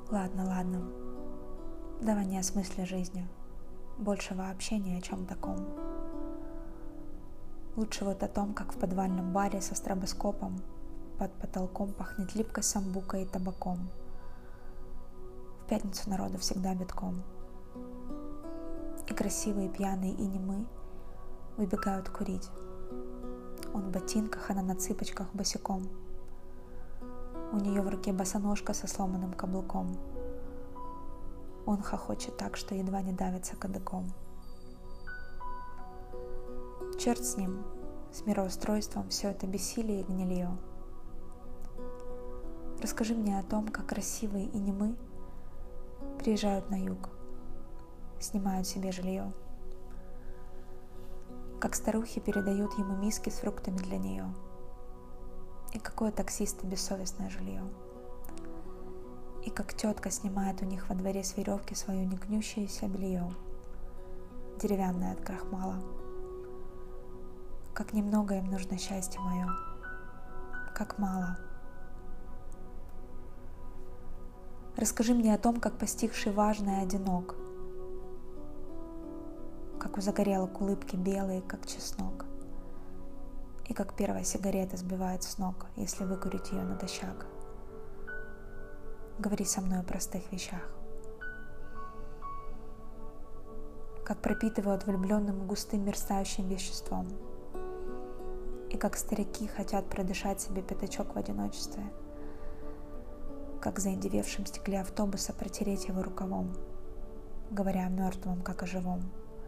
Ладно, давай не о смысле жизни, больше вообще ни о чем таком. Лучше вот о том, как в подвальном баре со стробоскопом под потолком пахнет липкой самбукой и табаком. В пятницу народу всегда битком. И красивые, пьяные и немы выбегают курить. Он в ботинках, она на цыпочках босиком. У нее в руке босоножка со сломанным каблуком. Он хохочет так, что едва не давится кадыком. Черт с ним, с мироустройством, все это бессилие и гнилье. Расскажи мне о том, как красивые и немы приезжают на юг, снимают себе жилье. Как старухи передают ему миски с фруктами для нее. И какое таксиста бессовестное жилье. И как тетка снимает у них во дворе с веревки свое негнущееся белье, деревянное от крахмала. Как немного им нужно счастье мое, как мало. Расскажи мне о том, как постигший важное одинок, как у загорелок улыбки белые, как чеснок, и как первая сигарета сбивает с ног, если выкурить ее натощак. Говори со мной о простых вещах. Как пропитывают влюбленным густым мерцающим веществом, и как старики хотят продышать себе пятачок в одиночестве, как заиндевевшем стекле автобуса протереть его рукавом, говоря о мертвом, как о живом.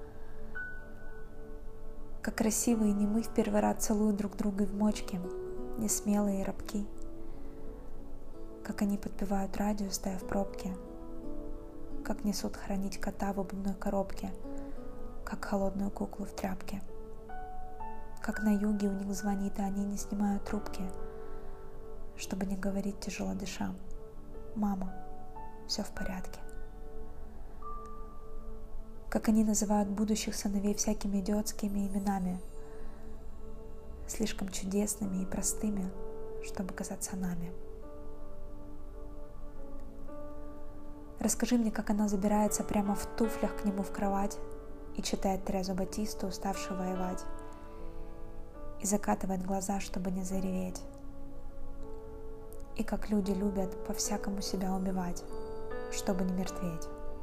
Как красивые немы в первый раз целуют друг друга в мочке, несмелые и рабки. Как они подпевают радио, стоя в пробке. Как несут хранить кота в обувной коробке, как холодную куклу в тряпке. Как на юге у них звонит, а они не снимают трубки, чтобы не говорить тяжело дыша: «Мама, все в порядке». Как они называют будущих сыновей всякими идиотскими именами, слишком чудесными и простыми, чтобы казаться нами. Расскажи мне, как она забирается прямо в туфлях к нему в кровать и читает Терезу Батисту, уставшую воевать, и закатывает глаза, чтобы не зареветь. И как люди любят по-всякому себя убивать, чтобы не мертветь.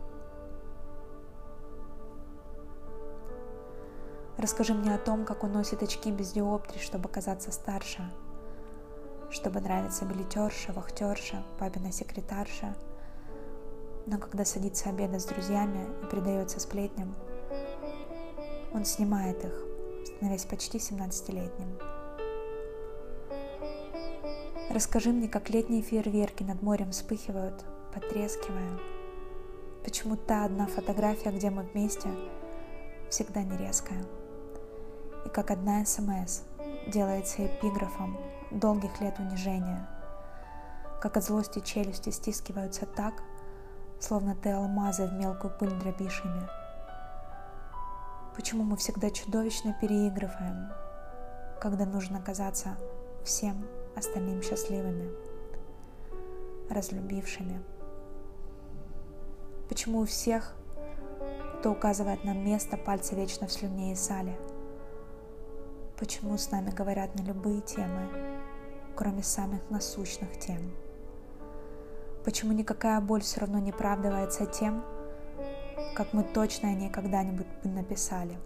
Расскажи мне о том, как он носит очки без диоптрий, чтобы казаться старше, чтобы нравиться билетерша, вахтерша, папина секретарша. Но когда садится обедать с друзьями и предается сплетням, он снимает их, становясь почти 17-летним. Расскажи мне, как летние фейерверки над морем вспыхивают, потрескивая. Почему та одна фотография, где мы вместе, всегда не резкая. И как одна СМС делается эпиграфом долгих лет унижения. Как от злости челюсти стискиваются так, словно ты алмазы в мелкую пыль дробишь ими. Почему мы всегда чудовищно переигрываем, когда нужно казаться всем остальным счастливыми, разлюбившими? Почему у всех, кто указывает нам место, пальцы вечно в слюне и сале? Почему с нами говорят на любые темы, кроме самых насущных тем? Почему никакая боль все равно не оправдывается тем, как мы точно о ней когда-нибудь написали?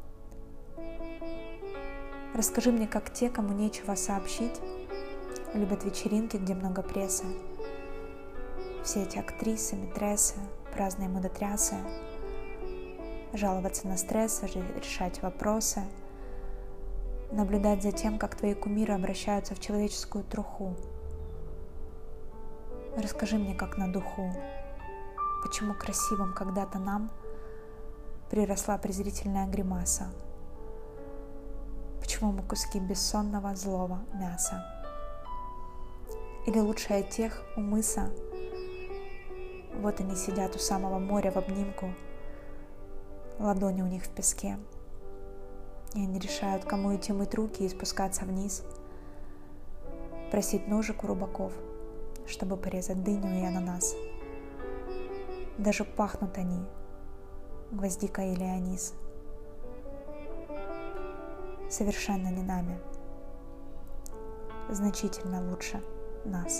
Расскажи мне, как те, кому нечего сообщить, любят вечеринки, где много прессы. Все эти актрисы, митрессы, праздные мудотрясы, жаловаться на стресс, решать вопросы, наблюдать за тем, как твои кумиры обращаются в человеческую труху. Расскажи мне, как на духу, почему красивым когда-то нам приросла презрительная гримаса, почему мы куски бессонного злого мяса. Или лучше о тех у мыса, вот они сидят у самого моря в обнимку, ладони у них в песке, и они решают, кому идти мыть руки и спускаться вниз, просить ножик у рыбаков, чтобы порезать дыню и ананас. Даже пахнут они, гвоздика или анис, совершенно не нами, значительно лучше нас.